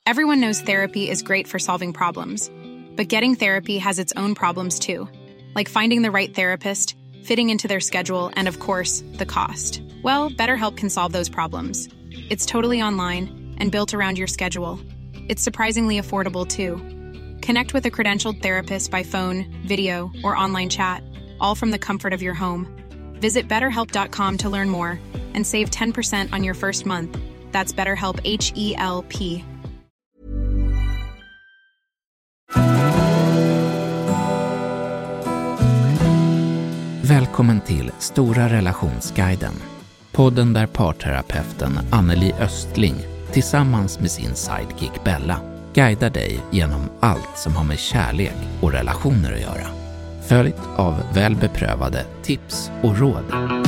Everyone knows therapy is great for solving problems, but getting therapy has its own problems too, like finding the right therapist, fitting into their schedule, and of course, the cost. Well, BetterHelp can solve those problems. It's totally online and built around your schedule. It's surprisingly affordable too. Connect with a credentialed therapist by phone, video, or online chat, all from the comfort of your home. Visit BetterHelp.com to learn more and save 10% on your first month. That's BetterHelp, H-E-L-P. Välkommen till Stora relationsguiden. Podden där parterapeuten Anneli Östling tillsammans med sin sidekick Bella guidar dig genom allt som har med kärlek och relationer att göra. Följt av välbeprövade tips och råd.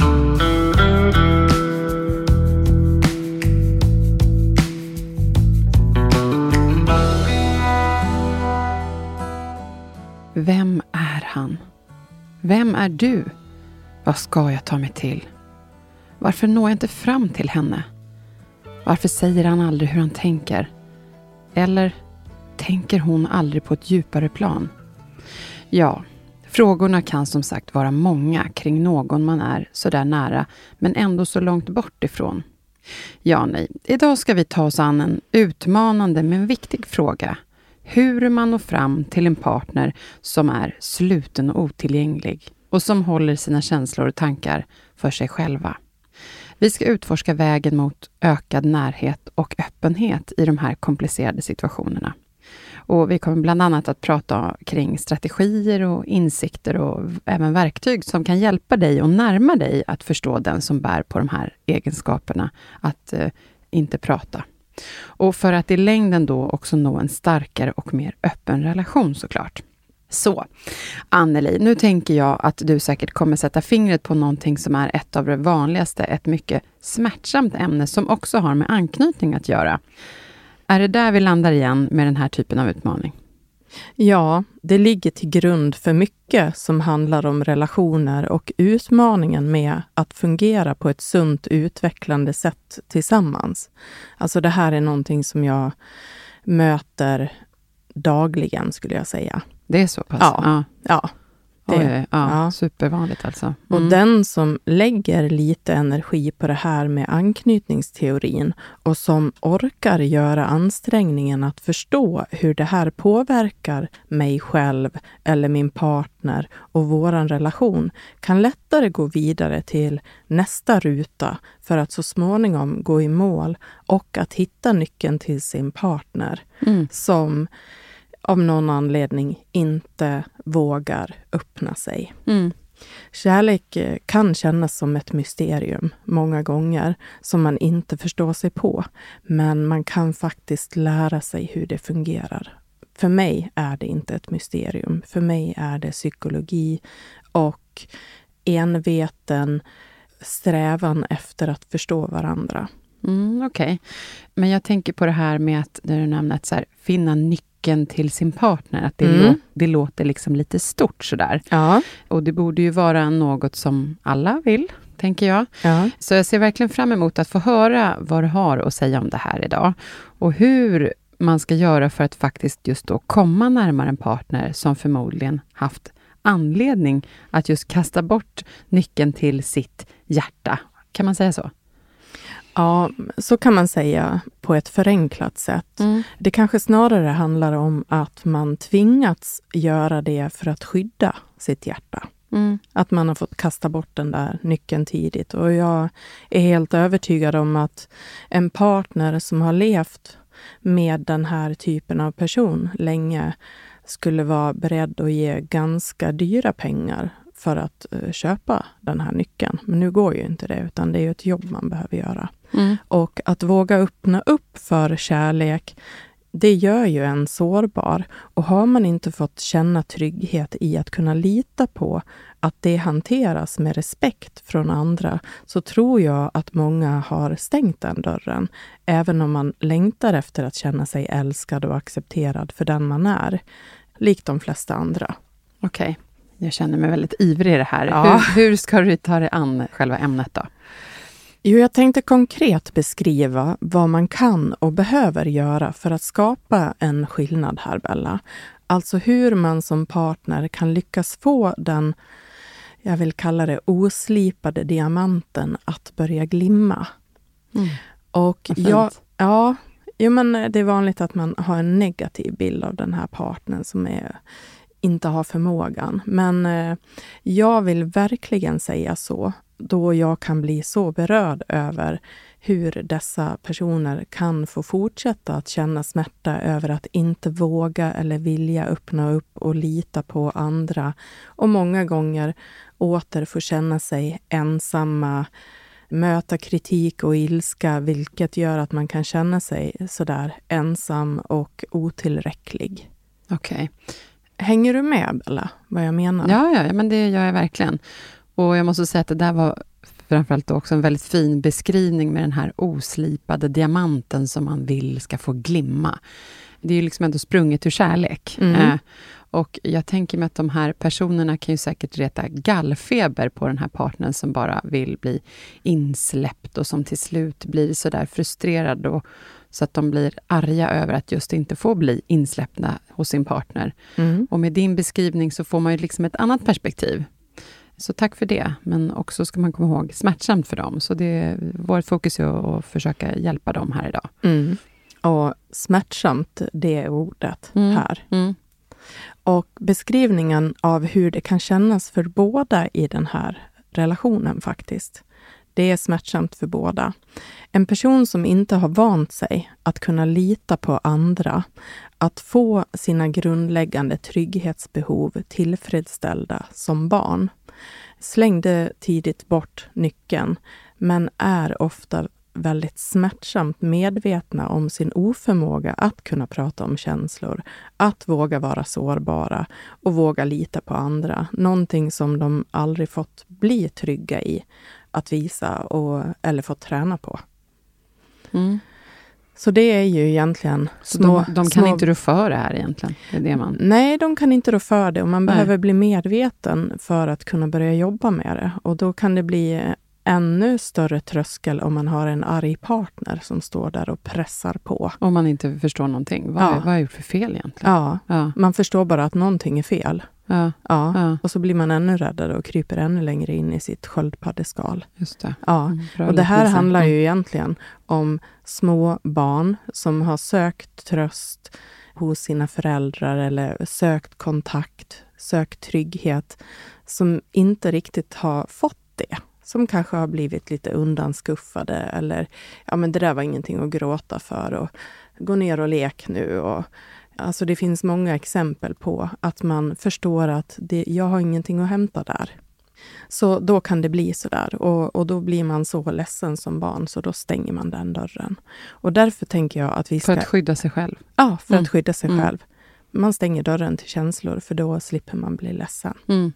Vem är han? Vem är du? Vad ska jag ta mig till? Varför når jag inte fram till henne? Varför säger han aldrig hur han tänker? Eller tänker hon aldrig på ett djupare plan? Ja, frågorna kan som sagt vara många kring någon man är så där nära men ändå så långt bort ifrån. Ja, nej. Idag ska vi ta oss an en utmanande men viktig fråga. Hur man når fram till en partner som är sluten och otillgänglig och som håller sina känslor och tankar för sig själva. Vi ska utforska vägen mot ökad närhet och öppenhet i de här komplicerade situationerna. Och vi kommer bland annat att prata kring strategier och insikter och även verktyg som kan hjälpa dig och närma dig att förstå den som bär på de här egenskaperna att inte prata. Och för att i längden då också nå en starkare och mer öppen relation såklart. Så, Anneli, nu tänker jag att du säkert kommer sätta fingret på någonting som är ett av det vanligaste, ett mycket smärtsamt ämne som också har med anknytning att göra. Är det där vi landar igen med den här typen av utmaning? Ja, det ligger till grund för mycket som handlar om relationer och utmaningen med att fungera på ett sunt utvecklande sätt tillsammans. Alltså det här är någonting som jag möter dagligen skulle jag säga. Det är så pass? Ja. Ja, supervanligt alltså. Och den som lägger lite energi på det här med anknytningsteorin och som orkar göra ansträngningen att förstå hur det här påverkar mig själv eller min partner och våran relation kan lättare gå vidare till nästa ruta för att så småningom gå i mål och att hitta nyckeln till sin partner som av någon anledning inte vågar öppna sig. Kärlek kan kännas som ett mysterium många gånger som man inte förstår sig på. Men man kan faktiskt lära sig hur det fungerar. För mig är det inte ett mysterium. För mig är det psykologi och enveten strävan efter att förstå varandra. Okej. Men jag tänker på det här med att när du nämner att så här, finna nyckeln till sin partner. Att det låter liksom lite stort sådär. Ja. Och det borde ju vara något som alla vill, tänker jag. Ja. Så jag ser verkligen fram emot att få höra vad du har att säga om det här idag. Och hur man ska göra för att faktiskt just då komma närmare en partner som förmodligen haft anledning att just kasta bort nyckeln till sitt hjärta. Kan man säga så? Ja, så kan man säga på ett förenklat sätt. Det kanske snarare handlar om att man tvingats göra det för att skydda sitt hjärta. Att man har fått kasta bort den där nyckeln tidigt. Och jag är helt övertygad om att en partner som har levt med den här typen av person länge skulle vara beredd att ge ganska dyra pengar för att köpa den här nyckeln. Men nu går ju inte det, utan det är ju ett jobb man behöver göra. Och att våga öppna upp för kärlek, det gör ju en sårbar. Och har man inte fått känna trygghet i att kunna lita på att det hanteras med respekt från andra, så tror jag att många har stängt den dörren. Även om man längtar efter att känna sig älskad och accepterad för den man är. Likt de flesta andra. Okej. Jag känner mig väldigt ivrig i det här. Ja. Hur ska du ta dig an själva ämnet då? Jo, jag tänkte konkret beskriva vad man kan och behöver göra för att skapa en skillnad här, Bella. Alltså hur man som partner kan lyckas få den, jag vill kalla det oslipade diamanten, att börja glimma. Och men det är vanligt att man har en negativ bild av den här partnern som inte har förmågan. Men jag vill verkligen säga så, då jag kan bli så berörd över hur dessa personer kan få fortsätta att känna smärta över att inte våga eller vilja öppna upp och lita på andra. Och många gånger åter få känna sig ensamma, möta kritik och ilska, vilket gör att man kan känna sig sådär ensam och otillräcklig. Okej. Hänger du med, Bella, vad jag menar? Ja, men det gör jag verkligen. Och jag måste säga att det där var framförallt också en väldigt fin beskrivning med den här oslipade diamanten som man vill ska få glimma. Det är ju liksom ändå sprunget ur kärlek. Och jag tänker mig att de här personerna kan ju säkert reta gallfeber på den här partnern som bara vill bli insläppt och som till slut blir så där frustrerad och så att de blir arga över att just inte få bli insläppta hos sin partner. Och med din beskrivning så får man ju liksom ett annat perspektiv. Så tack för det. Men också ska man komma ihåg smärtsamt för dem. Så vårt fokus är att försöka hjälpa dem här idag. Och smärtsamt, det är ordet här. Och beskrivningen av hur det kan kännas för båda i den här relationen faktiskt. Det är smärtsamt för båda. En person som inte har vant sig att kunna lita på andra, att få sina grundläggande trygghetsbehov tillfredsställda som barn, slängde tidigt bort nyckeln, men är ofta väldigt smärtsamt medvetna om sin oförmåga att kunna prata om känslor, att våga vara sårbara och våga lita på andra. Någonting som de aldrig fått bli trygga i att visa eller fått träna på. Så det är ju egentligen de kan inte rå för det här egentligen? Det är det man... Nej, de kan inte rå för det och man behöver bli medveten för att kunna börja jobba med det. Och då kan det bli ännu större tröskel om man har en arg partner som står där och pressar på. Om man inte förstår någonting. Vad har jag gjort för fel egentligen? Ja, man förstår bara att någonting är fel. Ja. Och så blir man ännu räddare och kryper ännu längre in i sitt sköldpaddeskal. Just det. Ja, och det här handlar ju egentligen om små barn som har sökt tröst hos sina föräldrar eller sökt kontakt, sökt trygghet, som inte riktigt har fått det. Som kanske har blivit lite undanskuffade eller men det där var ingenting att gråta för och gå ner och lek nu. Och, alltså det finns många exempel på att man förstår att jag har ingenting att hämta där. Så då kan det bli sådär och då blir man så ledsen som barn så då stänger man den dörren. Och därför tänker jag att vi ska... För att skydda sig själv? Ja, för att skydda sig själv. Man stänger dörren till känslor för då slipper man bli ledsen.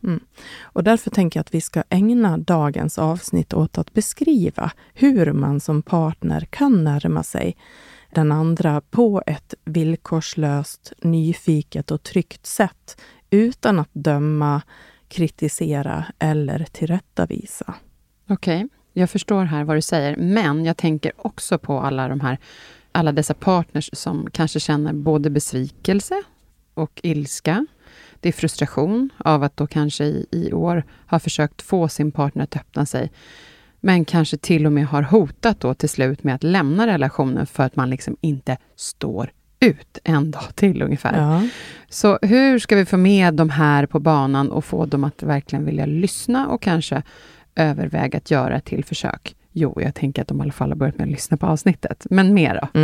Och därför tänker jag att vi ska ägna dagens avsnitt åt att beskriva hur man som partner kan närma sig den andra på ett villkorslöst, nyfiket och tryggt sätt utan att döma, kritisera eller tillrättavisa. Okej, jag förstår här vad du säger, men jag tänker också på alla dessa partners som kanske känner både besvikelse och ilska. Det är frustration av att då kanske i år har försökt få sin partner att öppna sig. Men kanske till och med har hotat då till slut med att lämna relationen för att man liksom inte står ut en dag till ungefär. Ja. Så hur ska vi få med de här på banan och få dem att verkligen vilja lyssna och kanske överväga att göra ett till försök? Jo, jag tänker att de i alla fall har börjat med att lyssna på avsnittet. Men mer då?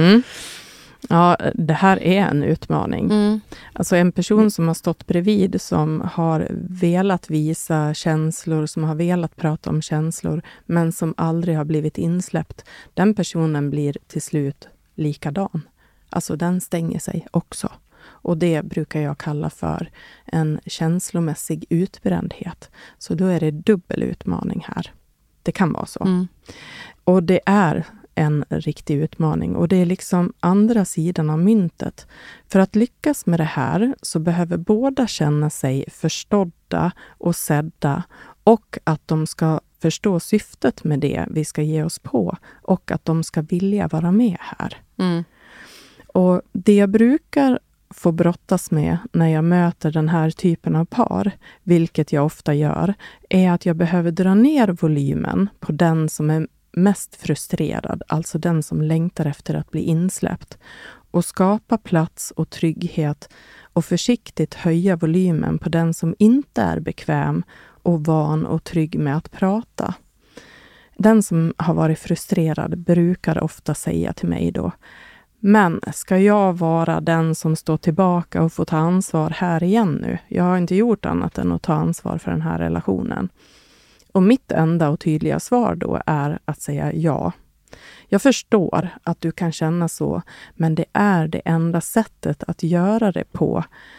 Ja, det här är en utmaning. Alltså en person som har stått bredvid, som har velat visa känslor, som har velat prata om känslor, men som aldrig har blivit insläppt. Den personen blir till slut likadan. Alltså den stänger sig också. Och det brukar jag kalla för en känslomässig utbrändhet. Så då är det dubbel utmaning här. Det kan vara så. Och det är en riktig utmaning. Och det är liksom andra sidan av myntet. För att lyckas med det här så behöver båda känna sig förstådda och sedda. Och att de ska förstå syftet med det vi ska ge oss på och att de ska vilja vara med här. Och det jag brukar få brottas med när jag möter den här typen av par, vilket jag ofta gör, är att jag behöver dra ner volymen på den som är mest frustrerad, alltså den som längtar efter att bli insläppt, och skapa plats och trygghet och försiktigt höja volymen på den som inte är bekväm och van och trygg med att prata. Den som har varit frustrerad brukar ofta säga till mig då: men ska jag vara den som står tillbaka och får ta ansvar här igen nu? Jag har inte gjort annat än att ta ansvar för den här relationen. Och mitt enda och tydliga svar då är att säga ja. Jag förstår att du kan känna så, men det är det enda sättet att göra det på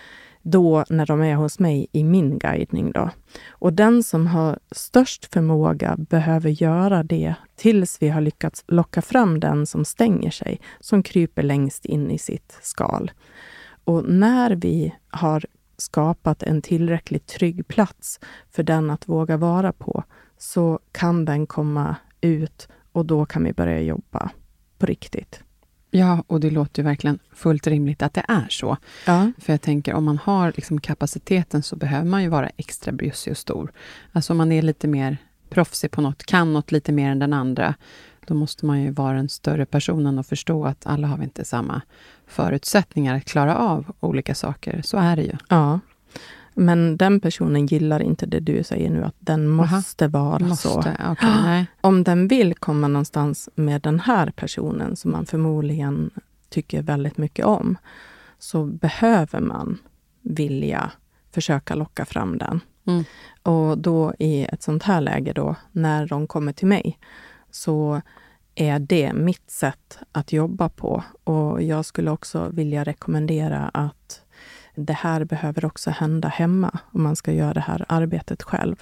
då när de är hos mig i min guidning då. Och den som har störst förmåga behöver göra det tills vi har lyckats locka fram den som stänger sig, som kryper längst in i sitt skal. Och när vi har skapat en tillräckligt trygg plats för den att våga vara på, så kan den komma ut och då kan vi börja jobba på riktigt. Ja, och det låter ju verkligen fullt rimligt att det är så. Ja. För jag tänker, om man har liksom kapaciteten så behöver man ju vara extra bjussig och stor. Alltså om man är lite mer proffsig på något, kan något lite mer än den andra, då måste man ju vara den större personen och förstå att alla har inte samma förutsättningar att klara av olika saker. Så är det ju. Ja, men den personen gillar inte det du säger nu, att den måste vara så. Okay, nej. Om den vill komma någonstans med den här personen som man förmodligen tycker väldigt mycket om, så behöver man vilja försöka locka fram den. Och då i ett sånt här läge då, när de kommer till mig, så är det mitt sätt att jobba på. Och jag skulle också vilja rekommendera att det här behöver också hända hemma om man ska göra det här arbetet själv.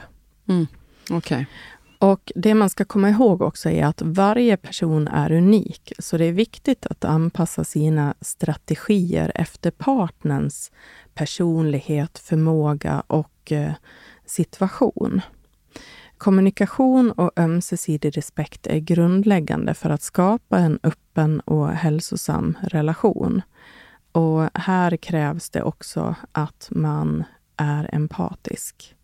Okej. Och det man ska komma ihåg också är att varje person är unik. Så det är viktigt att anpassa sina strategier efter partnerns personlighet, förmåga och situation. Kommunikation och ömsesidig respekt är grundläggande för att skapa en öppen och hälsosam relation. Och här krävs det också att man är empatisk.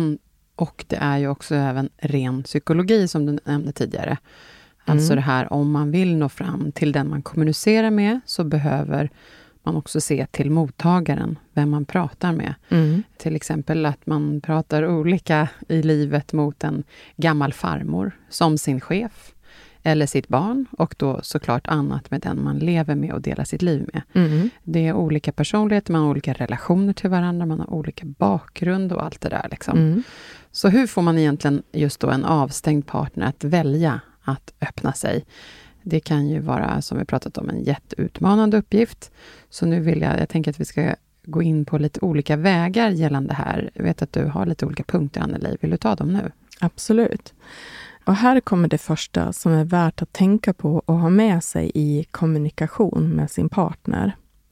Och det är ju också även ren psykologi som du nämnde tidigare. Alltså det här, om man vill nå fram till den man kommunicerar med, så behöver man också se till mottagaren, vem man pratar med. Till exempel att man pratar olika i livet mot en gammal farmor som sin chef eller sitt barn, och då såklart annat med den man lever med och delar sitt liv med. Det är olika personligheter, man har olika relationer till varandra, man har olika bakgrund och allt det där liksom. Så hur får man egentligen just då en avstängd partner att välja att öppna sig? Det kan ju vara, som vi pratat om, en jätteutmanande uppgift. Så nu vill jag tänker att vi ska gå in på lite olika vägar gällande här. Jag vet att du har lite olika punkter, Anneli. Vill du ta dem nu? Absolut. Och här kommer det första som är värt att tänka på och ha med sig i kommunikation med sin partner.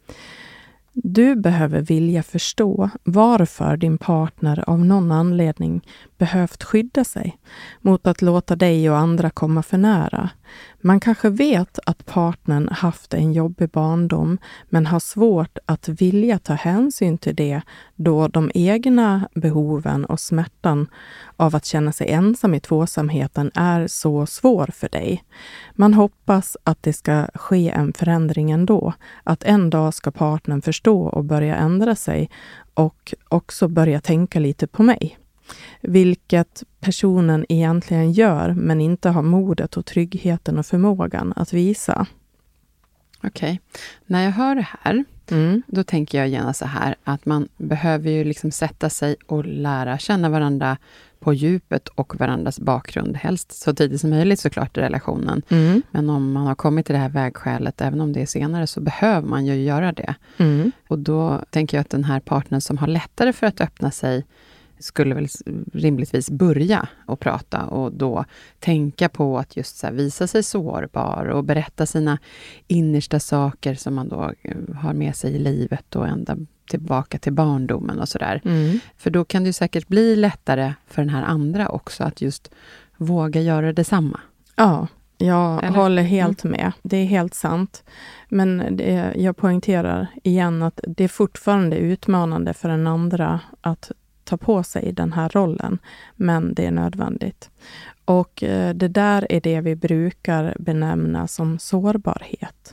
Du behöver vilja förstå varför din partner av någon anledning behövt skydda sig mot att låta dig och andra komma för nära. Man kanske vet att partnern haft en jobbig barndom, men har svårt att vilja ta hänsyn till det då de egna behoven och smärtan av att känna sig ensam i tvåsamheten är så svår för dig. Man hoppas att det ska ske en förändring ändå, att en dag ska partnern förstå och börja ändra sig och också börja tänka lite på mig. Vilket personen egentligen gör, men inte har modet och tryggheten och förmågan att visa. Okej. När jag hör det här, då tänker jag gärna så här, att man behöver ju liksom sätta sig och lära känna varandra på djupet och varandras bakgrund, helst så tidigt som möjligt såklart i relationen. Men om man har kommit till det här vägskälet, även om det är senare, så behöver man ju göra det. Och då tänker jag att den här partnern som har lättare för att öppna sig skulle väl rimligtvis börja och prata och då tänka på att just så här visa sig sårbar och berätta sina innersta saker som man då har med sig i livet och ända tillbaka till barndomen och sådär. För då kan det ju säkert bli lättare för den här andra också att just våga göra detsamma. Ja, jag håller helt med. Det är helt sant. Men jag poängterar igen att det är fortfarande utmanande för den andra att ta på sig den här rollen. Men det är nödvändigt. Och det där är det vi brukar benämna som sårbarhet.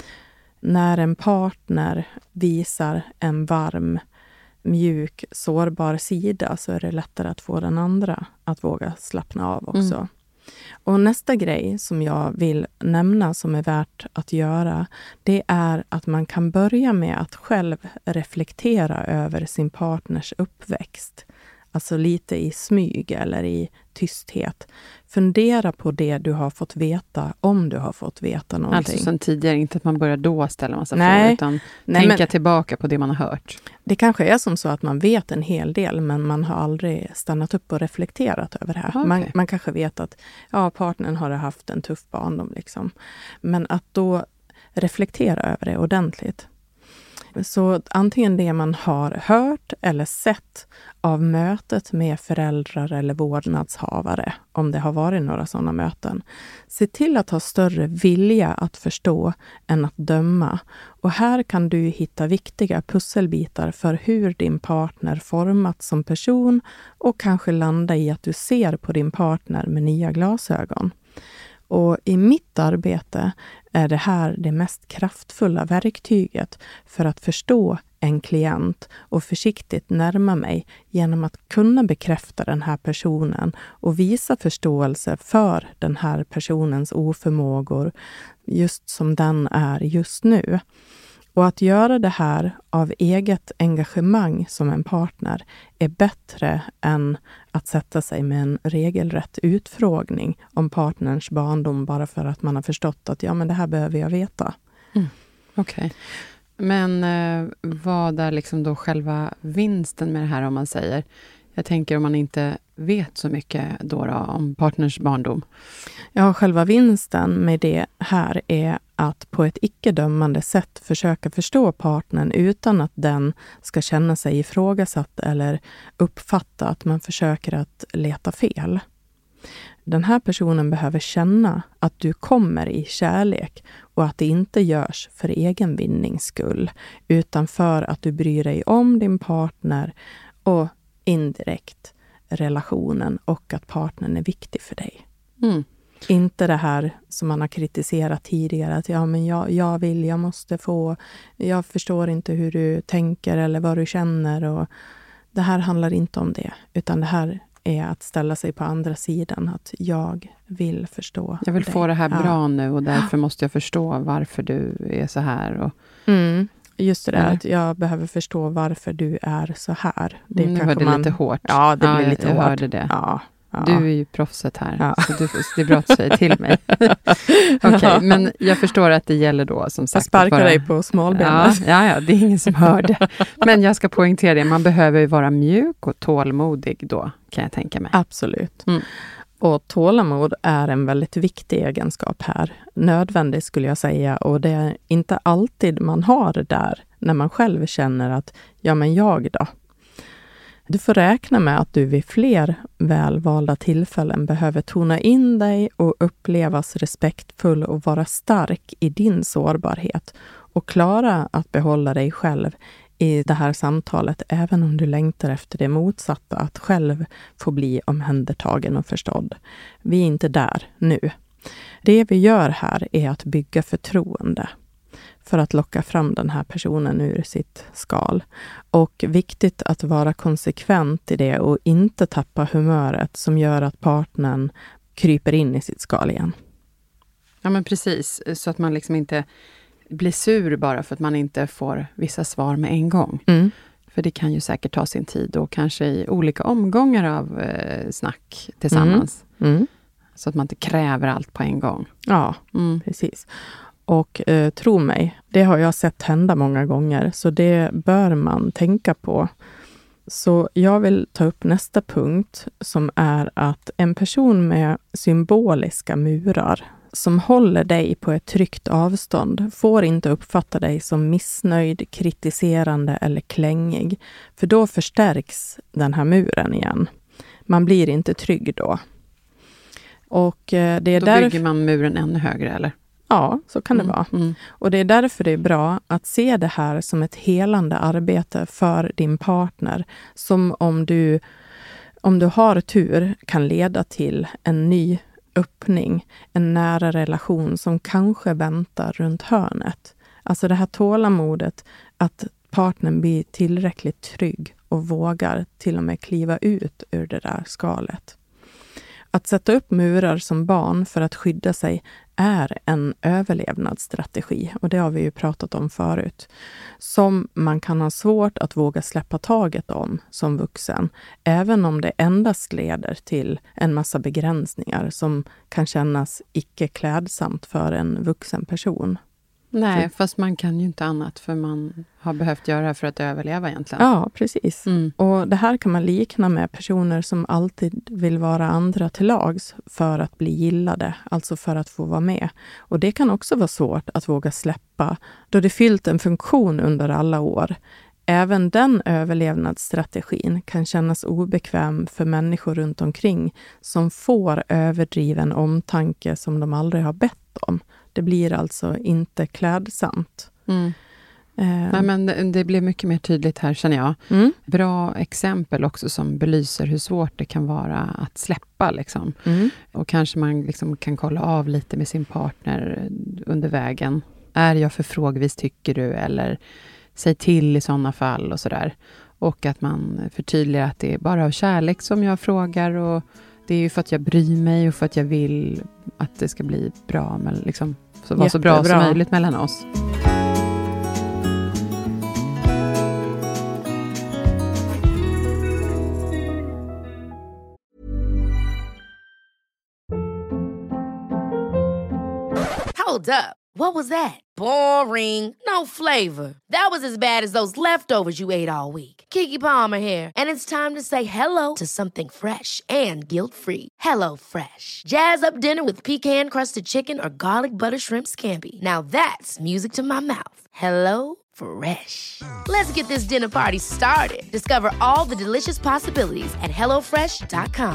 När en partner visar en varm, mjuk, sårbar sida så är det lättare att få den andra att våga slappna av också. Och nästa grej som jag vill nämna som är värt att göra, det är att man kan börja med att själv reflektera över sin partners uppväxt. Alltså lite i smyg eller i tysthet. Fundera på det du har fått veta, om du har fått veta någonting. Alltså som tidigare, inte att man börjar då ställa massa frågor, utan tänka tillbaka på det man har hört. Det kanske är som så att man vet en hel del, men man har aldrig stannat upp och reflekterat över det här. Okay. Man kanske vet att partnern har haft en tuff barndom. Liksom. Men att då reflektera över det ordentligt. Så antingen det man har hört eller sett av mötet med föräldrar eller vårdnadshavare, om det har varit några sådana möten. Se till att ha större vilja att förstå än att döma. Och här kan du hitta viktiga pusselbitar för hur din partner format som person och kanske landa i att du ser på din partner med nya glasögon. Och i mitt arbete är det här det mest kraftfulla verktyget för att förstå en klient och försiktigt närma mig genom att kunna bekräfta den här personen och visa förståelse för den här personens oförmågor just som den är just nu. Och att göra det här av eget engagemang som en partner är bättre än att sätta sig med en regelrätt utfrågning om partnerns barndom bara för att man har förstått att men det här behöver jag veta. Okej. Men vad är liksom då själva vinsten med det här om man säger? Jag tänker om man inte vet så mycket då om partners barndom. Ja, själva vinsten med det här är att på ett icke-dömande sätt försöka förstå partnern utan att den ska känna sig ifrågasatt eller uppfatta att man försöker att leta fel. Den här personen behöver känna att du kommer i kärlek och att det inte görs för egen vinnings skull utan för att du bryr dig om din partner och indirekt relationen och att partnern är viktig för dig. Inte det här som man har kritiserat tidigare att jag måste få, jag förstår inte hur du tänker eller vad du känner och det här handlar inte om det utan det här är att ställa sig på andra sidan att jag vill förstå. Jag vill få det här bra nu och därför måste jag förstå varför du är så här och just det där, att jag behöver förstå varför du är så här. Det nu var det lite hårt. Ja, det blir lite jag hårt. Hörde det. Ja. Du är ju proffset här, så det är bra att säga till mig. Okej, men jag förstår att det gäller då som sagt. Jag sparkar dig på smålbenet. Ja, det är ingen som hör det. Men jag ska poängtera det, man behöver ju vara mjuk och tålmodig då, kan jag tänka mig. Absolut. Och tålamod är en väldigt viktig egenskap här. Nödvändigt skulle jag säga. Och det är inte alltid man har det där när man själv känner att, jag då. Du får räkna med att du vid fler välvalda tillfällen behöver tona in dig och upplevas respektfull och vara stark i din sårbarhet. Och klara att behålla dig själv i det här samtalet även om du längtar efter det motsatta, att själv få bli omhändertagen och förstådd. Vi är inte där nu. Det vi gör här är att bygga förtroende för att locka fram den här personen ur sitt skal. Och viktigt att vara konsekvent i det och inte tappa humöret som gör att partnern kryper in i sitt skal igen. Ja men precis, så att man liksom inte blir sur bara för att man inte får vissa svar med en gång. För det kan ju säkert ta sin tid och kanske i olika omgångar av snack tillsammans. Så att man inte kräver allt på en gång. Ja, precis. Och tro mig, det har jag sett hända många gånger. Så det bör man tänka på. Så jag vill ta upp nästa punkt som är att en person med symboliska murar som håller dig på ett tryggt avstånd får inte uppfatta dig som missnöjd, kritiserande eller klängig. För då förstärks den här muren igen. Man blir inte trygg då. Och det är då bygger man muren ännu högre, eller? Ja, så kan det vara. Och det är därför det är bra att se det här som ett helande arbete för din partner. Som om du har tur kan leda till en ny öppning, en nära relation som kanske väntar runt hörnet. Alltså det här tålamodet att partnern blir tillräckligt trygg och vågar till och med kliva ut ur det där skalet. Att sätta upp murar som barn för att skydda sig är en överlevnadsstrategi, och det har vi ju pratat om förut, som man kan ha svårt att våga släppa taget om som vuxen, även om det endast leder till en massa begränsningar som kan kännas icke klädsamt för en vuxen person. Nej, fast man kan ju inte annat för man har behövt göra det för att överleva egentligen. Ja, precis. Och det här kan man likna med personer som alltid vill vara andra till lags för att bli gillade, alltså för att få vara med. Och det kan också vara svårt att våga släppa då det fyllt en funktion under alla år. Även den överlevnadsstrategin kan kännas obekväm för människor runt omkring som får överdriven omtanke som de aldrig har bett om. Det blir alltså inte klädsamt. Nej, men det blir mycket mer tydligt här, känner jag. Bra exempel också som belyser hur svårt det kan vara att släppa. Liksom. Och kanske man liksom kan kolla av lite med sin partner under vägen. Är jag för frågvis, tycker du? Eller säg till i sådana fall och sådär. Och att man förtydligar att det är bara av kärlek som jag frågar, och det är ju för att jag bryr mig och för att jag vill att det ska bli bra, men liksom vara så bra som möjligt mellan oss. Hold up. What was that? Boring. No flavor. That was as bad as those leftovers you ate all week. Keke Palmer here, and it's time to say hello to something fresh and guilt-free. Hello Fresh. Jazz up dinner with pecan-crusted chicken or garlic butter shrimp scampi. Now that's music to my mouth. Hello Fresh. Let's get this dinner party started. Discover all the delicious possibilities at hellofresh.com.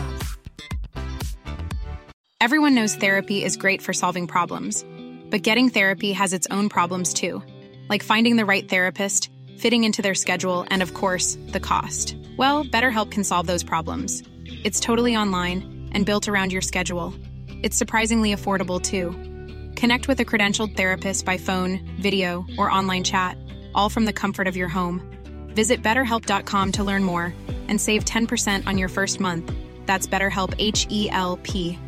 Everyone knows therapy is great for solving problems. But getting therapy has its own problems too, like finding the right therapist, fitting into their schedule, and of course, the cost. Well, BetterHelp can solve those problems. It's totally online and built around your schedule. It's surprisingly affordable too. Connect with a credentialed therapist by phone, video, or online chat, all from the comfort of your home. Visit BetterHelp.com to learn more and save 10% on your first month. That's BetterHelp, H-E-L-P.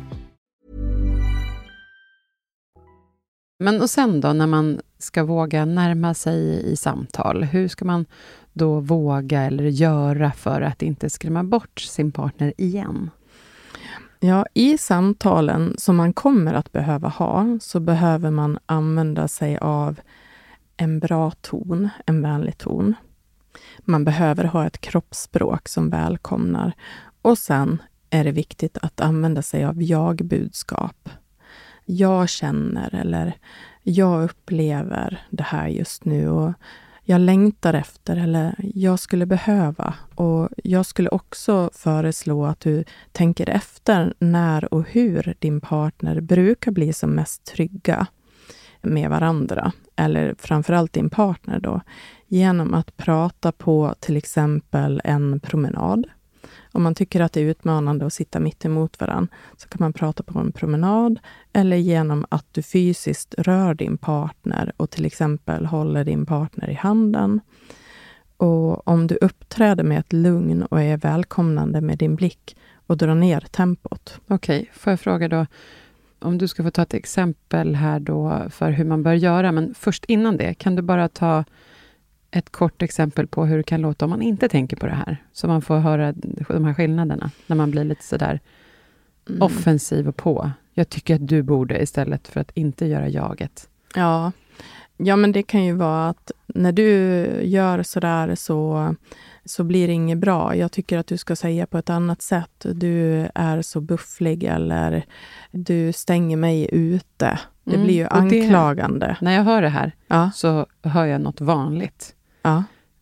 Men och sen då, när man ska våga närma sig i samtal, hur ska man då våga eller göra för att inte skrämma bort sin partner igen? Ja, i samtalen som man kommer att behöva ha så behöver man använda sig av en bra ton, en vänlig ton. Man behöver ha ett kroppsspråk som välkomnar, och sen är det viktigt att använda sig av jag-budskap. Jag känner eller jag upplever det här just nu, och jag längtar efter eller jag skulle behöva. Och jag skulle också föreslå att du tänker efter när och hur din partner brukar bli som mest trygga med varandra. Eller framförallt din partner då. Genom att prata på till exempel en promenad. Om man tycker att det är utmanande att sitta mitt emot varandra så kan man prata på en promenad, eller genom att du fysiskt rör din partner och till exempel håller din partner i handen. Och om du uppträder med ett lugn och är välkomnande med din blick och drar ner tempot. Okej, får jag fråga då, om du ska få ta ett exempel här då för hur man bör göra, men först innan det, kan du bara ta ett kort exempel på hur det kan låta om man inte tänker på det här, så man får höra de här skillnaderna när man blir lite sådär offensiv och på. Jag tycker att du borde, istället för att inte göra jaget. Ja, men det kan ju vara att när du gör sådär så blir det inget bra. Jag tycker att du ska säga på ett annat sätt. Du är så bufflig, eller du stänger mig ute. Det blir ju anklagande. När jag hör det här så hör jag något vanligt. Ja.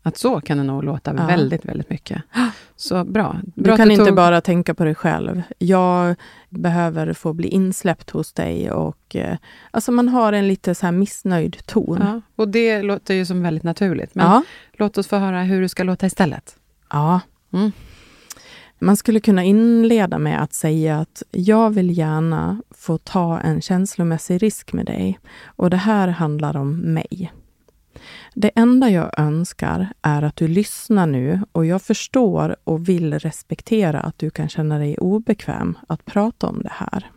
Att så kan det nog låta väldigt, väldigt mycket. Så bra. Du kan inte bara tänka på dig själv. Jag behöver få bli insläppt hos dig. Och, alltså man har en lite så här missnöjd ton. Ja, och det låter ju som väldigt naturligt. Men låt oss få höra hur du ska låta istället. Ja. Man skulle kunna inleda med att säga att jag vill gärna få ta en känslomässig risk med dig. Och det här handlar om mig. Det enda jag önskar är att du lyssnar nu och jag förstår och vill respektera att du kan känna dig obekväm att prata om det här.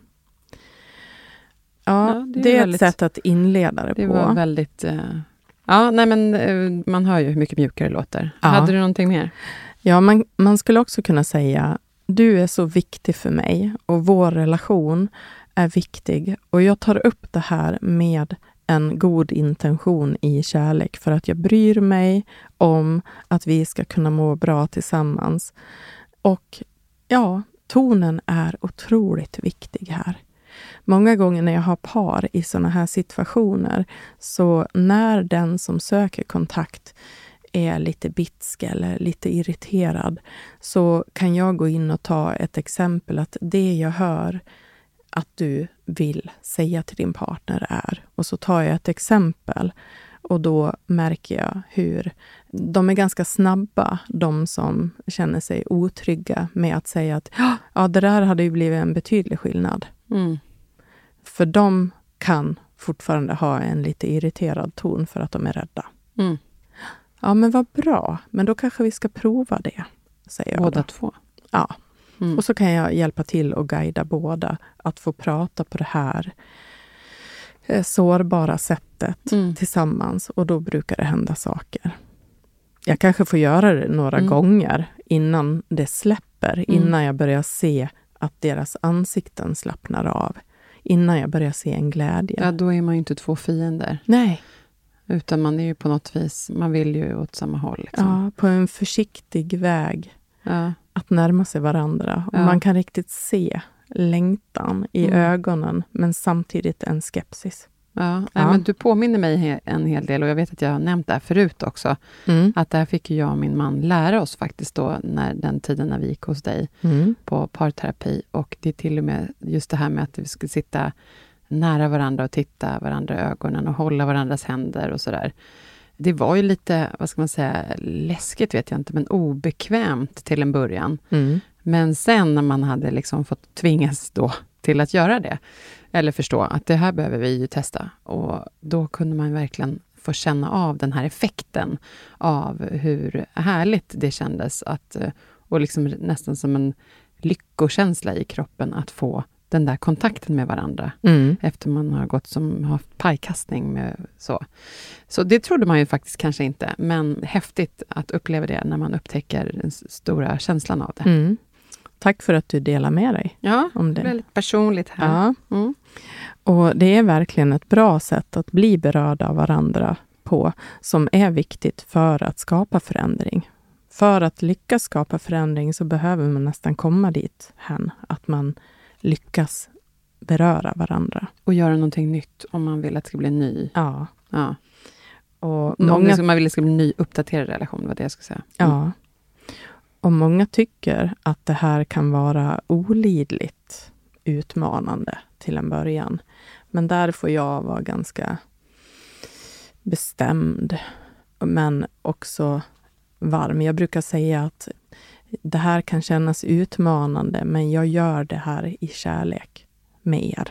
Ja, det är väldigt, ett sätt att inleda det på. Det var väldigt... man hör ju hur mycket mjukare det låter. Ja. Hade du någonting mer? Ja, man skulle också kunna säga du är så viktig för mig och vår relation är viktig. Och jag tar upp det här med en god intention i kärlek för att jag bryr mig om att vi ska kunna må bra tillsammans. Och ja, tonen är otroligt viktig här. Många gånger när jag har par i såna här situationer, så när den som söker kontakt är lite bitsk eller lite irriterad, så kan jag gå in och ta ett exempel att det jag hör att du vill säga till din partner är. Och så tar jag ett exempel och då märker jag hur de är ganska snabba, de som känner sig otrygga med att säga att ja, det där hade ju blivit en betydlig skillnad. För de kan fortfarande ha en lite irriterad ton för att de är rädda. Ja, men vad bra. Men då kanske vi ska prova det, säger jag. Båda två? Ja. Och så kan jag hjälpa till och guida båda att få prata på det här sårbara sättet tillsammans. Och då brukar det hända saker. Jag kanske får göra det några gånger innan det släpper. Innan jag börjar se att deras ansikten slappnar av. Innan jag börjar se en glädje. Ja, då är man ju inte två fiender. Nej. Utan man är ju på något vis, man vill ju åt samma håll. Liksom. Ja, på en försiktig väg. Ja. Att närma sig varandra. Och man kan riktigt se längtan i ögonen, men samtidigt en skepsis. Ja. Men du påminner mig en hel del, och jag vet att jag har nämnt det här förut också. Att det här fick jag och min man lära oss faktiskt då, den tiden när vi gick hos dig på parterapi. Och det är till och med just det här med att vi skulle sitta nära varandra och titta varandra i ögonen och hålla varandras händer och sådär. Det var ju lite, vad ska man säga, läskigt vet jag inte, men obekvämt till en början. Men sen när man hade liksom fått tvingas då till att göra det, eller förstå att det här behöver vi ju testa, och då kunde man verkligen få känna av den här effekten av hur härligt det kändes att, och liksom nästan som en lyckokänsla i kroppen att få den där kontakten med varandra efter man har gått som haft pajkastning med så det trodde man ju faktiskt kanske inte, men häftigt att uppleva det när man upptäcker den stora känslan av det. Tack för att du delar med dig om det. Väldigt personligt här. Ja. Och det är verkligen ett bra sätt att bli berörda av varandra på, som är viktigt för att skapa förändring. För att lyckas skapa förändring så behöver man nästan komma dit hän, att man lyckas beröra varandra. Och göra någonting nytt om man vill att det ska bli en ny. Ja. Och man vill att det ska bli en ny uppdaterad relation, vad det jag ska säga. Ja. Och många tycker att det här kan vara olidligt utmanande till en början. Men där får jag vara ganska bestämd. Men också varm. Jag brukar säga att det här kan kännas utmanande, men jag gör det här i kärlek med er.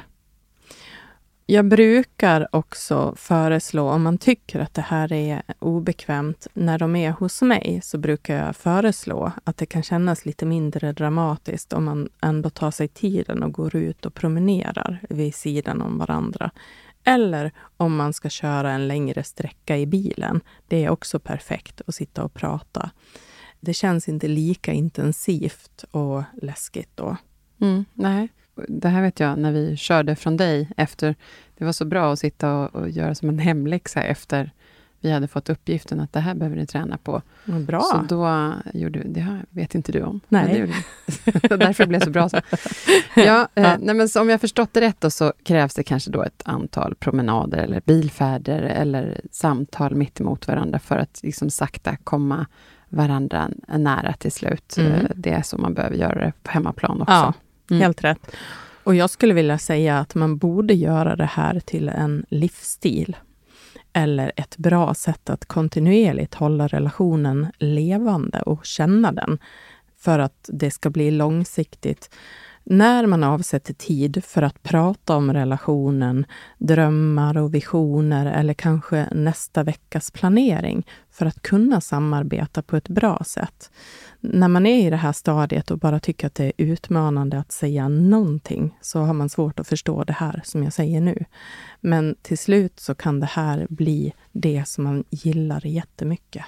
Jag brukar också föreslå, om man tycker att det här är obekvämt när de är hos mig, så brukar jag föreslå att det kan kännas lite mindre dramatiskt om man ändå tar sig tiden och går ut och promenerar vid sidan om varandra. Eller om man ska köra en längre sträcka i bilen. Det är också perfekt att sitta och prata. Det känns inte lika intensivt och läskigt då. Nej, det här vet jag när vi körde från dig efter. Det var så bra att sitta och göra som en hemläxa efter vi hade fått uppgiften att det här behöver ni träna på. Bra. Så då gjorde det här vet inte du om. Nej. Därför blev det så bra. Så. Ja, nej, men så om jag förstått det rätt då, så krävs det kanske då ett antal promenader eller bilfärder eller samtal mitt emot varandra för att liksom sakta komma varandra nära till slut. Det är så man behöver göra det på hemmaplan också. Ja, helt rätt. Och jag skulle vilja säga att man borde göra det här till en livsstil. Eller ett bra sätt att kontinuerligt hålla relationen levande och känna den. För att det ska bli långsiktigt. När man avsätter tid för att prata om relationen, drömmar och visioner eller kanske nästa veckas planering för att kunna samarbeta på ett bra sätt. När man är i det här stadiet och bara tycker att det är utmanande att säga någonting så har man svårt att förstå det här som jag säger nu. Men till slut så kan det här bli det som man gillar jättemycket.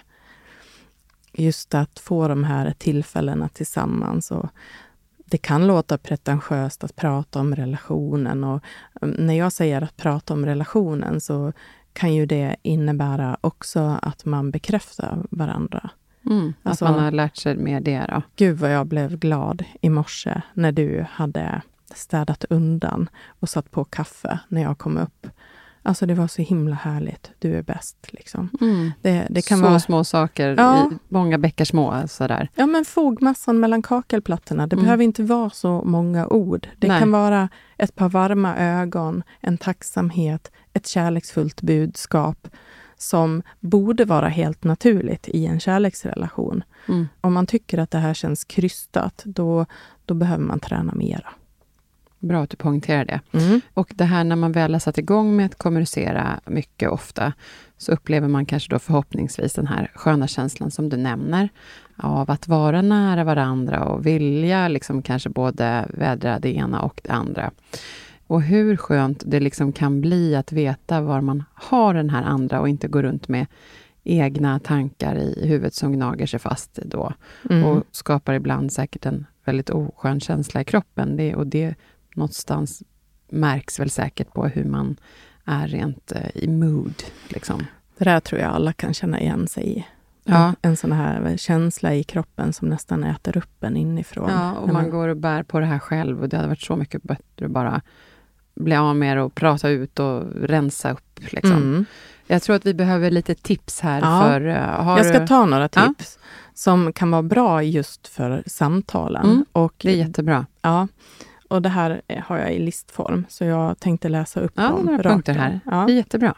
Just att få de här tillfällena tillsammans. Och det kan låta pretentiöst att prata om relationen, och när jag säger att prata om relationen så kan ju det innebära också att man bekräftar varandra. Alltså, att man har lärt sig med det då. Gud vad jag blev glad i morse när du hade städat undan och satt på kaffe när jag kom upp. Alltså det var så himla härligt. Du är bäst liksom. Det kan så vara små saker, i många bäckar små sådär. Ja, men fogmassan mellan kakelplattorna. Det behöver inte vara så många ord. Det kan vara ett par varma ögon, en tacksamhet, ett kärleksfullt budskap som borde vara helt naturligt i en kärleksrelation. Om man tycker att det här känns krystat, då behöver man träna mera. Bra att du poängterar det. Och det här när man väl har satt igång med att kommunicera mycket ofta, så upplever man kanske då förhoppningsvis den här sköna känslan som du nämner av att vara nära varandra och vilja liksom kanske både vädra det ena och det andra. Och hur skönt det liksom kan bli att veta var man har den här andra och inte gå runt med egna tankar i huvudet som gnager sig fast då. Och skapar ibland säkert en väldigt oskön känsla i kroppen. Och det någonstans märks väl säkert på hur man är rent i mood. Liksom. Det där tror jag alla kan känna igen sig i. Ja. En sån här känsla i kroppen som nästan äter upp en inifrån. Ja, och man går och bär på det här själv. Och det hade varit så mycket bättre att bara bli av med och prata ut och rensa upp. Liksom. Jag tror att vi behöver lite tips här. Jag ska ta några tips som kan vara bra just för samtalen. Och det är jättebra. Ja. Och det här har jag i listform, så jag tänkte läsa upp dem. Några punkter här. Ja. Det är jättebra.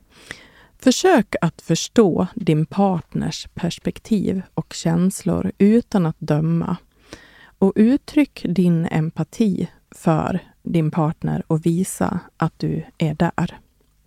Försök att förstå din partners perspektiv och känslor utan att döma. Och uttryck din empati för din partner och visa att du är där.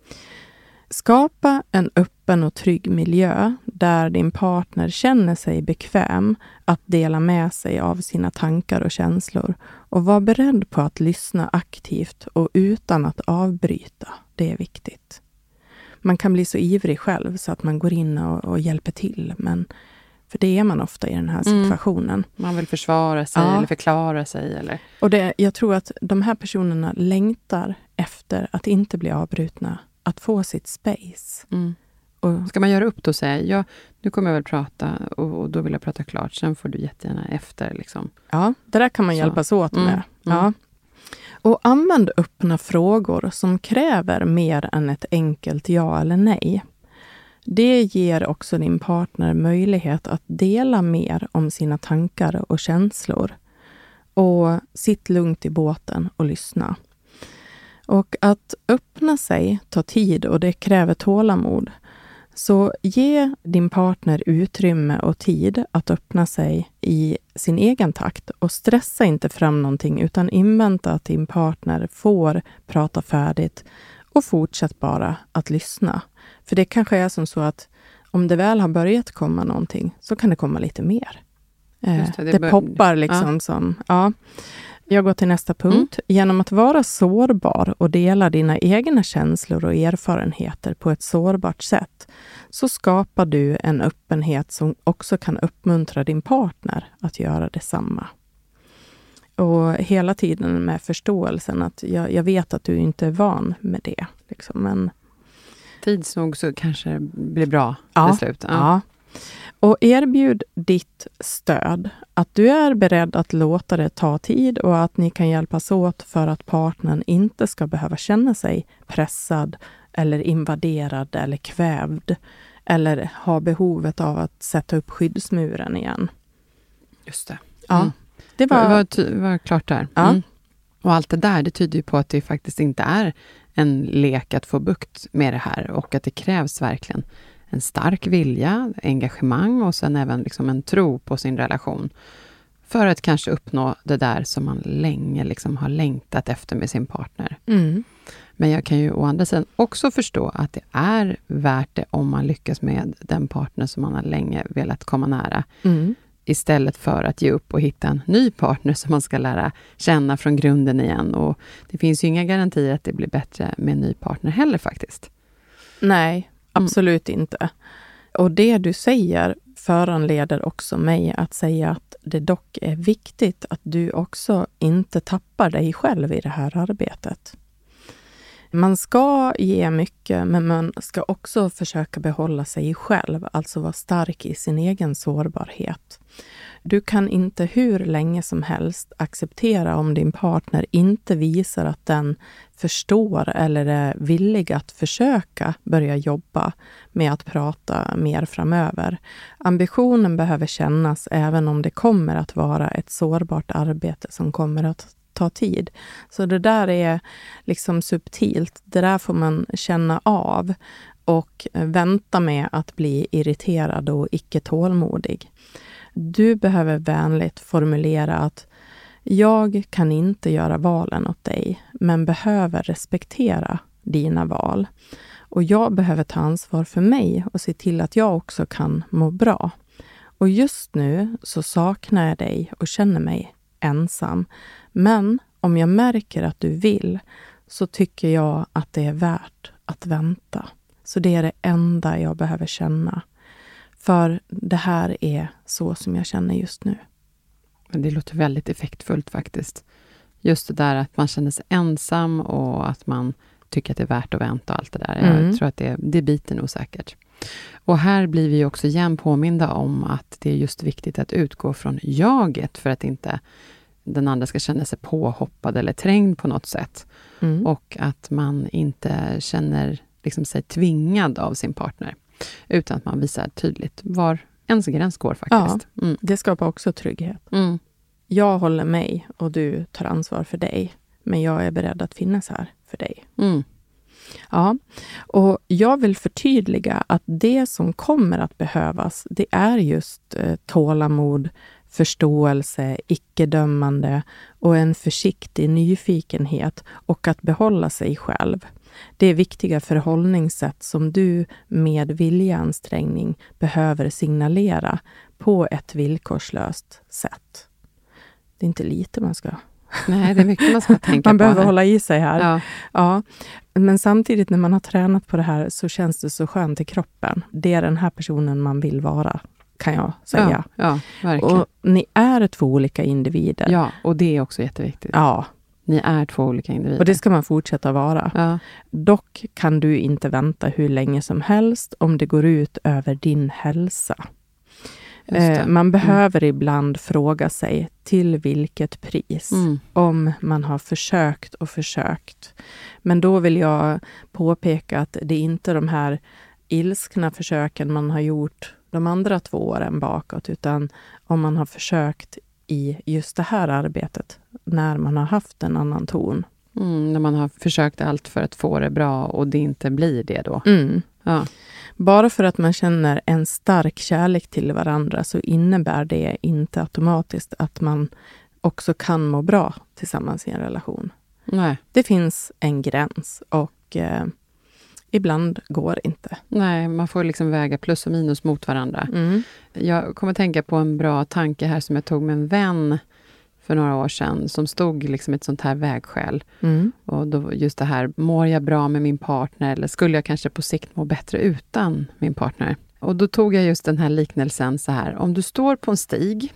Skapa en öppen och trygg miljö där din partner känner sig bekväm att dela med sig av sina tankar och känslor. Och var beredd på att lyssna aktivt och utan att avbryta. Det är viktigt. Man kan bli så ivrig själv så att man går in och hjälper till. Men för det är man ofta i den här situationen. Man vill försvara sig eller förklara sig. Eller... Och jag tror att de här personerna längtar efter att inte bli avbrutna. Att få sitt space. Och ska man göra upp då och säga, nu kommer jag väl prata och då vill jag prata klart. Sen får du jättegärna efter. Liksom. Ja, det där kan man hjälpas åt med. Ja. Och använd öppna frågor som kräver mer än ett enkelt ja eller nej. Det ger också din partner möjlighet att dela mer om sina tankar och känslor. Och sitt lugnt i båten och lyssna. Och att öppna sig tar tid och det kräver tålamod. Så ge din partner utrymme och tid att öppna sig i sin egen takt. Och stressa inte fram någonting utan invänta att din partner får prata färdigt. Och fortsätt bara att lyssna. För det kanske är som så att om det väl har börjat komma någonting så kan det komma lite mer. Det poppar liksom som... Ja. Jag går till nästa punkt. Genom att vara sårbar och dela dina egna känslor och erfarenheter på ett sårbart sätt så skapar du en öppenhet som också kan uppmuntra din partner att göra detsamma. Och hela tiden med förståelsen att jag vet att du inte är van med det. Liksom. Men Tids nog så kanske det blir bra till slut. Ja. Och erbjud ditt stöd. Att du är beredd att låta det ta tid och att ni kan hjälpas åt för att partnern inte ska behöva känna sig pressad eller invaderad eller kvävd. Eller ha behovet av att sätta upp skyddsmuren igen. Just det. Ja, det var klart där. Ja. Mm. Och allt det där, det tyder ju på att det faktiskt inte är en lek att få bukt med det här. Och att det krävs verkligen en stark vilja, engagemang och sen även liksom en tro på sin relation. För att kanske uppnå det där som man länge liksom har längtat efter med sin partner. Mm. Men jag kan ju å andra sidan också förstå att det är värt det om man lyckas med den partner som man har länge velat komma nära. Mm. Istället för att ge upp och hitta en ny partner som man ska lära känna från grunden igen. Och det finns ju inga garantier att det blir bättre med en ny partner heller faktiskt. Nej, absolut inte. Och det du säger föranleder också mig att säga att det dock är viktigt att du också inte tappar dig själv i det här arbetet. Man ska ge mycket, men man ska också försöka behålla sig själv, alltså vara stark i sin egen sårbarhet. Du kan inte hur länge som helst acceptera om din partner inte visar att den förstår eller är villig att försöka börja jobba med att prata mer framöver. Ambitionen behöver kännas även om det kommer att vara ett sårbart arbete som kommer att ta tid. Så det där är liksom subtilt. Det där får man känna av och vänta med att bli irriterad och icke tålmodig. Du behöver vänligt formulera att jag kan inte göra valen åt dig, men behöver respektera dina val. Och jag behöver ta ansvar för mig och se till att jag också kan må bra. Och just nu så saknar jag dig och känner mig ensam. Men om jag märker att du vill så tycker jag att det är värt att vänta. Så det är det enda jag behöver känna. För det här är så som jag känner just nu. Det låter väldigt effektfullt faktiskt. Just det där att man känner sig ensam och att man tycker att det är värt att vänta och allt det där. Jag tror att det biter nog säkert. Och här blir vi också igen påminda om att det är just viktigt att utgå från jaget för att inte den andra ska känna sig påhoppad eller trängd på något sätt. Och att man inte känner liksom sig tvingad av sin partner. Utan att man visar tydligt var ens gräns går faktiskt. Ja, det skapar också trygghet. Jag håller mig och du tar ansvar för dig. Men jag är beredd att finnas här för dig. Ja, och jag vill förtydliga att det som kommer att behövas, det är just tålamod, förståelse, icke-dömande och en försiktig nyfikenhet och att behålla sig själv. Det är viktiga förhållningssätt som du med viljeansträngning behöver signalera på ett villkorslöst sätt. Det är inte lite man ska... Nej, det är mycket man ska tänka på. Man behöver hålla i sig här. Ja. Ja. Men samtidigt när man har tränat på det här så känns det så skönt i kroppen. Det är den här personen man vill vara, kan jag säga. Ja, verkligen. Och ni är 2 olika individer. Ja, och det är också jätteviktigt. Ja. Ni är 2 olika individer. Och det ska man fortsätta vara. Ja. Dock kan du inte vänta hur länge som helst om det går ut över din hälsa. Man behöver ibland fråga sig till vilket pris. Om man har försökt och försökt. Men då vill jag påpeka att det är inte de här ilskna försöken man har gjort de andra 2 åren bakåt. Utan om man har försökt i just det här arbetet när man har haft en annan ton. När man har försökt allt för att få det bra och det inte blir det då. Ja. Bara för att man känner en stark kärlek till varandra så innebär det inte automatiskt att man också kan må bra tillsammans i en relation. Nej. Det finns en gräns och ibland går det inte. Nej, man får liksom väga plus och minus mot varandra. Jag kommer tänka på en bra tanke här som jag tog med en vän för några år sedan som stod liksom ett sånt här vägskäl. Och då just det här, mår jag bra med min partner eller skulle jag kanske på sikt må bättre utan min partner? Och då tog jag just den här liknelsen så här, om du står på en stig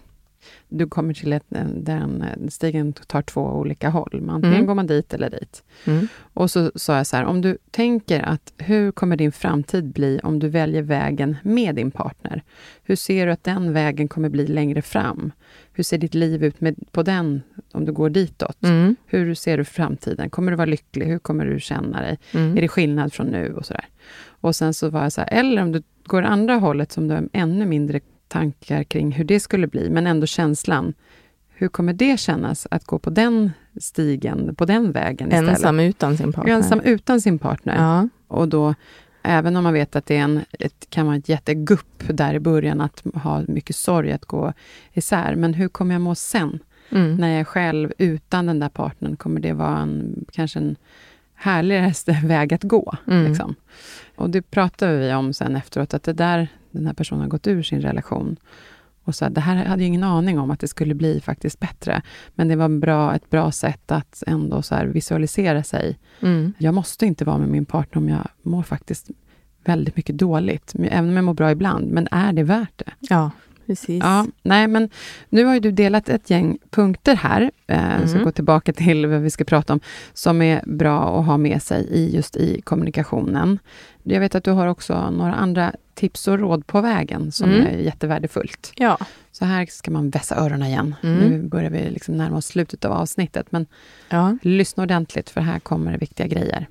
Du kommer till den stigen tar 2 olika håll. Antingen går man dit eller dit. Och så sa jag så här, om du tänker att hur kommer din framtid bli om du väljer vägen med din partner? Hur ser du att den vägen kommer bli längre fram? Hur ser ditt liv ut på den om du går ditåt? Hur ser du framtiden? Kommer du vara lycklig? Hur kommer du känna dig? Är det skillnad från nu? Och sådär. Och sen så var jag så här, eller om du går andra hållet som du har ännu mindre tankar kring hur det skulle bli, men ändå känslan. Hur kommer det kännas att gå på den stigen, på den vägen istället? Ensam utan sin partner. Ensam utan sin partner. Ja. Och då, även om man vet att det är kan vara ett jättegupp där i början att ha mycket sorg att gå isär. Men hur kommer jag må sen? När jag är själv utan den där partnern, kommer det vara kanske en härligaste väg att gå. Liksom. Och det pratade vi om sen efteråt, att den här personen har gått ur sin relation. Och så det här hade jag ingen aning om att det skulle bli faktiskt bättre. Men det var ett bra sätt att ändå så här visualisera sig. Jag måste inte vara med min partner om jag mår faktiskt väldigt mycket dåligt. Även om jag mår bra ibland. Men är det värt det? Ja, precis. Ja, nej, men nu har ju du delat ett gäng punkter här. Så gå tillbaka till vad vi ska prata om. Som är bra att ha med sig i kommunikationen. Jag vet att du har också några andra tips och råd på vägen som är jättevärdefullt. Ja. Så här ska man vässa öronen igen. Nu börjar vi liksom närma oss slutet av avsnittet. Men lyssna ordentligt, för här kommer det viktiga grejer.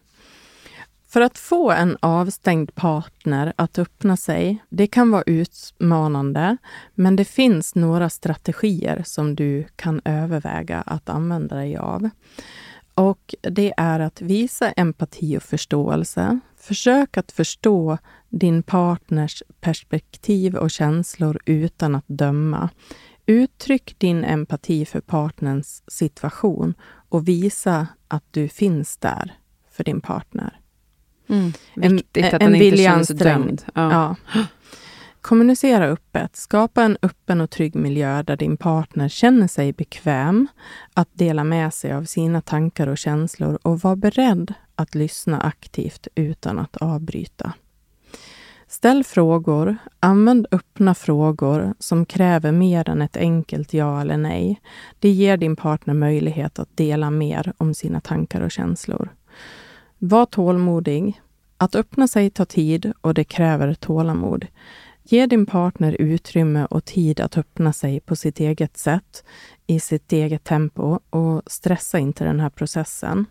För att få en avstängd partner att öppna sig, det kan vara utmanande, men det finns några strategier som du kan överväga att använda dig av. Och det är att visa empati och förståelse. Försök att förstå din partners perspektiv och känslor utan att döma. Uttryck din empati för partnerns situation och visa att du finns där för din partner. Viktigt att den inte känns dömd. Ja. Kommunicera öppet. Skapa en öppen och trygg miljö där din partner känner sig bekväm att dela med sig av sina tankar och känslor och var beredd att lyssna aktivt utan att avbryta. Ställ frågor. Använd öppna frågor som kräver mer än ett enkelt ja eller nej. Det ger din partner möjlighet att dela mer om sina tankar och känslor. Var tålmodig. Att öppna sig tar tid och det kräver tålamod. Ge din partner utrymme och tid att öppna sig på sitt eget sätt, i sitt eget tempo, och stressa inte den här processen.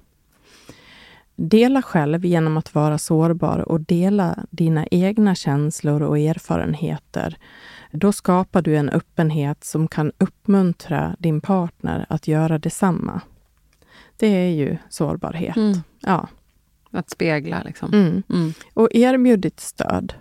Dela själv genom att vara sårbar och dela dina egna känslor och erfarenheter. Då skapar du en öppenhet som kan uppmuntra din partner att göra detsamma. Det är ju sårbarhet. Ja. Att spegla liksom. Och erbjud ditt stöd.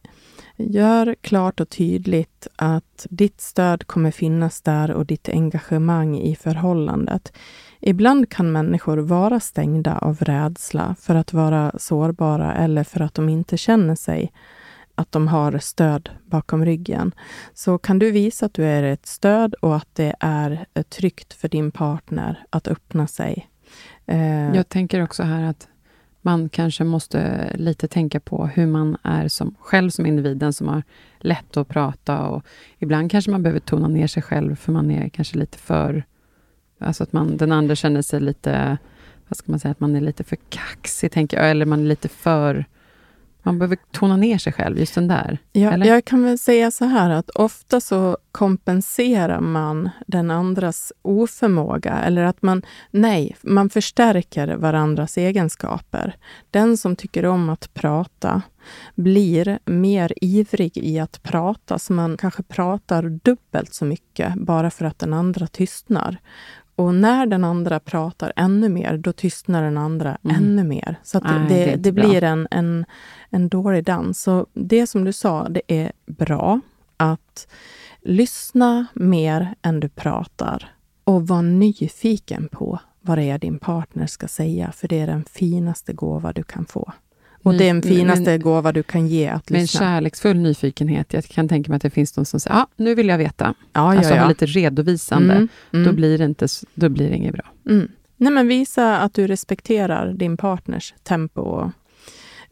Gör klart och tydligt att ditt stöd kommer finnas där och ditt engagemang i förhållandet. Ibland kan människor vara stängda av rädsla för att vara sårbara eller för att de inte känner sig att de har stöd bakom ryggen. Så kan du visa att du är ett stöd och att det är tryggt för din partner att öppna sig. Jag tänker också här att man kanske måste lite tänka på hur man är själv som individen som har lätt att prata, och ibland kanske man behöver tona ner sig själv för man är kanske lite för, alltså att den andra känner sig lite, vad ska man säga, att man är lite för kaxig, tänker jag, eller man är lite för, man behöver tona ner sig själv, just den där. Ja, eller? Jag kan väl säga så här att ofta så kompenserar man den andras oförmåga, eller att man förstärker varandras egenskaper. Den som tycker om att prata blir mer ivrig i att prata, så man kanske pratar dubbelt så mycket bara för att den andra tystnar. Och när den andra pratar ännu mer, då tystnar den andra ännu mer. Så att det blir en dålig dans. Så det som du sa, det är bra att lyssna mer än du pratar. Och var nyfiken på vad det är din partner ska säga. För det är den finaste gåva du kan få. Och det är den finaste gåva du kan ge att lyssna. Med en kärleksfull nyfikenhet. Jag kan tänka mig att det finns de som säger, nu vill jag veta. Ha lite redovisande. Då blir det inget bra. Nej, men visa att du respekterar din partners tempo.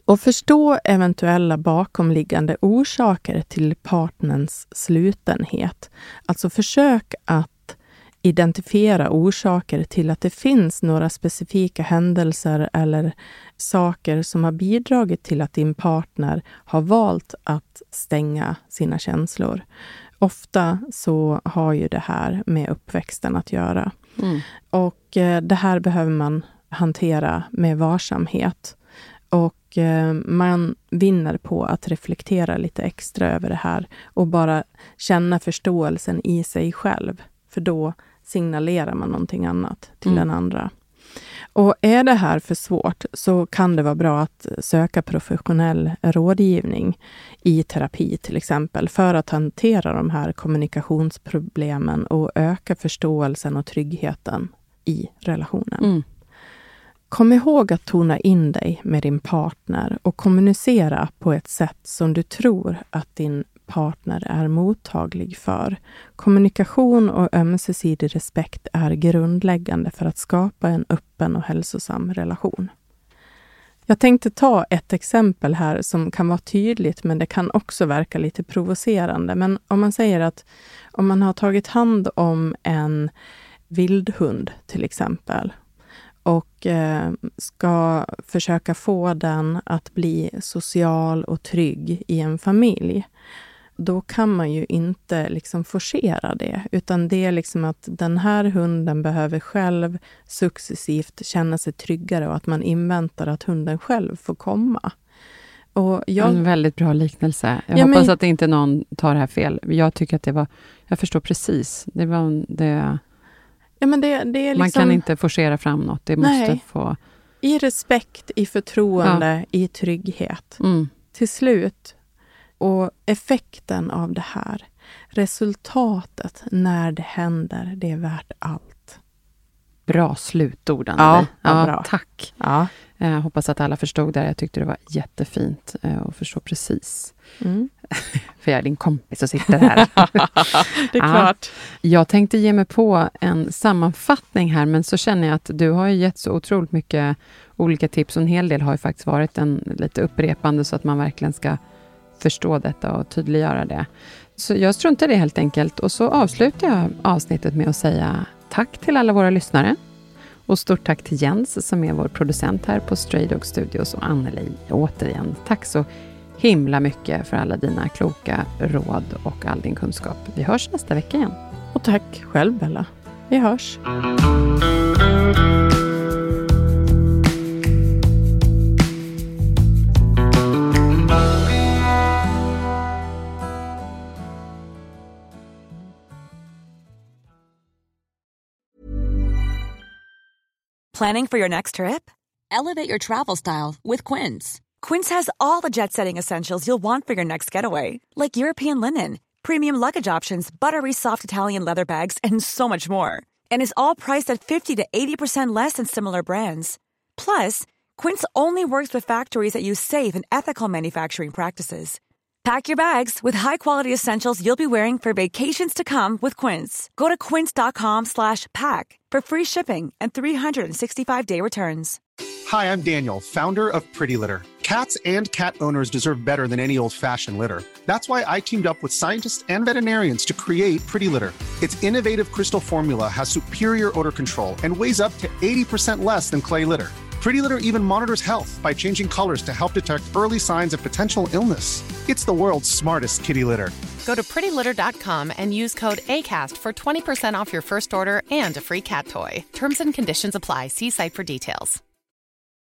Och förstå eventuella bakomliggande orsaker till partnerns slutenhet. Alltså försök att identifiera orsaker till att det finns några specifika händelser eller saker som har bidragit till att din partner har valt att stänga sina känslor. Ofta så har ju det här med uppväxten att göra. Och det här behöver man hantera med varsamhet. Och man vinner på att reflektera lite extra över det här och bara känna förståelsen i sig själv. För då signalerar man någonting annat till den andra. Och är det här för svårt så kan det vara bra att söka professionell rådgivning i terapi till exempel för att hantera de här kommunikationsproblemen och öka förståelsen och tryggheten i relationen. Kom ihåg att tona in dig med din partner och kommunicera på ett sätt som du tror att din partner är mottaglig för. Kommunikation och ömsesidig respekt är grundläggande för att skapa en öppen och hälsosam relation. Jag tänkte ta ett exempel här som kan vara tydligt, men det kan också verka lite provocerande. Men om man säger att om man har tagit hand om en vildhund till exempel och ska försöka få den att bli social och trygg i en familj, då kan man ju inte liksom forcera det, utan det är liksom att den här hunden behöver själv successivt känna sig tryggare och att man inväntar att hunden själv får komma. Och en väldigt bra liknelse. Jag hoppas att inte någon tar det här fel. Jag tycker att det var, jag förstår precis. Det var det. Ja, men det är liksom, man kan inte forcera fram något. Det måste få... I respekt, i förtroende, i trygghet. Till slut. Och effekten av det här, resultatet när det händer, det är värt allt. Bra slutord, Anneli. Ja, bra. Tack. Ja. Jag hoppas att alla förstod det. Jag tyckte det var jättefint att förstå precis. För jag är din kompis och sitter här. Det är klart. Jag tänkte ge mig på en sammanfattning här, men så känner jag att du har ju gett så otroligt mycket olika tips och en hel del har ju faktiskt varit lite upprepande så att man verkligen ska förstå detta och tydliggöra det. Så jag struntar det helt enkelt och så avslutar jag avsnittet med att säga tack till alla våra lyssnare. Och stort tack till Jens som är vår producent här på Stray Dog Studios och Anneli återigen. Tack så himla mycket för alla dina kloka råd och all din kunskap. Vi hörs nästa vecka igen. Och tack själv Bella. Vi hörs. Planning for your next trip? Elevate your travel style with Quince. Quince has all the jet-setting essentials you'll want for your next getaway, like European linen, premium luggage options, buttery soft Italian leather bags, and so much more. And is all priced at 50 to 80% less than similar brands. Plus, Quince only works with factories that use safe and ethical manufacturing practices. Pack your bags with high-quality essentials you'll be wearing for vacations to come with Quince. Go to quince.com/pack for free shipping and 365-day returns. Hi, I'm Daniel, founder of Pretty Litter. Cats and cat owners deserve better than any old-fashioned litter. That's why I teamed up with scientists and veterinarians to create Pretty Litter. Its innovative crystal formula has superior odor control and weighs up to 80% less than clay litter. Pretty Litter even monitors health by changing colors to help detect early signs of potential illness. It's the world's smartest kitty litter. Go to prettylitter.com and use code ACAST for 20% off your first order and a free cat toy. Terms and conditions apply. See site for details.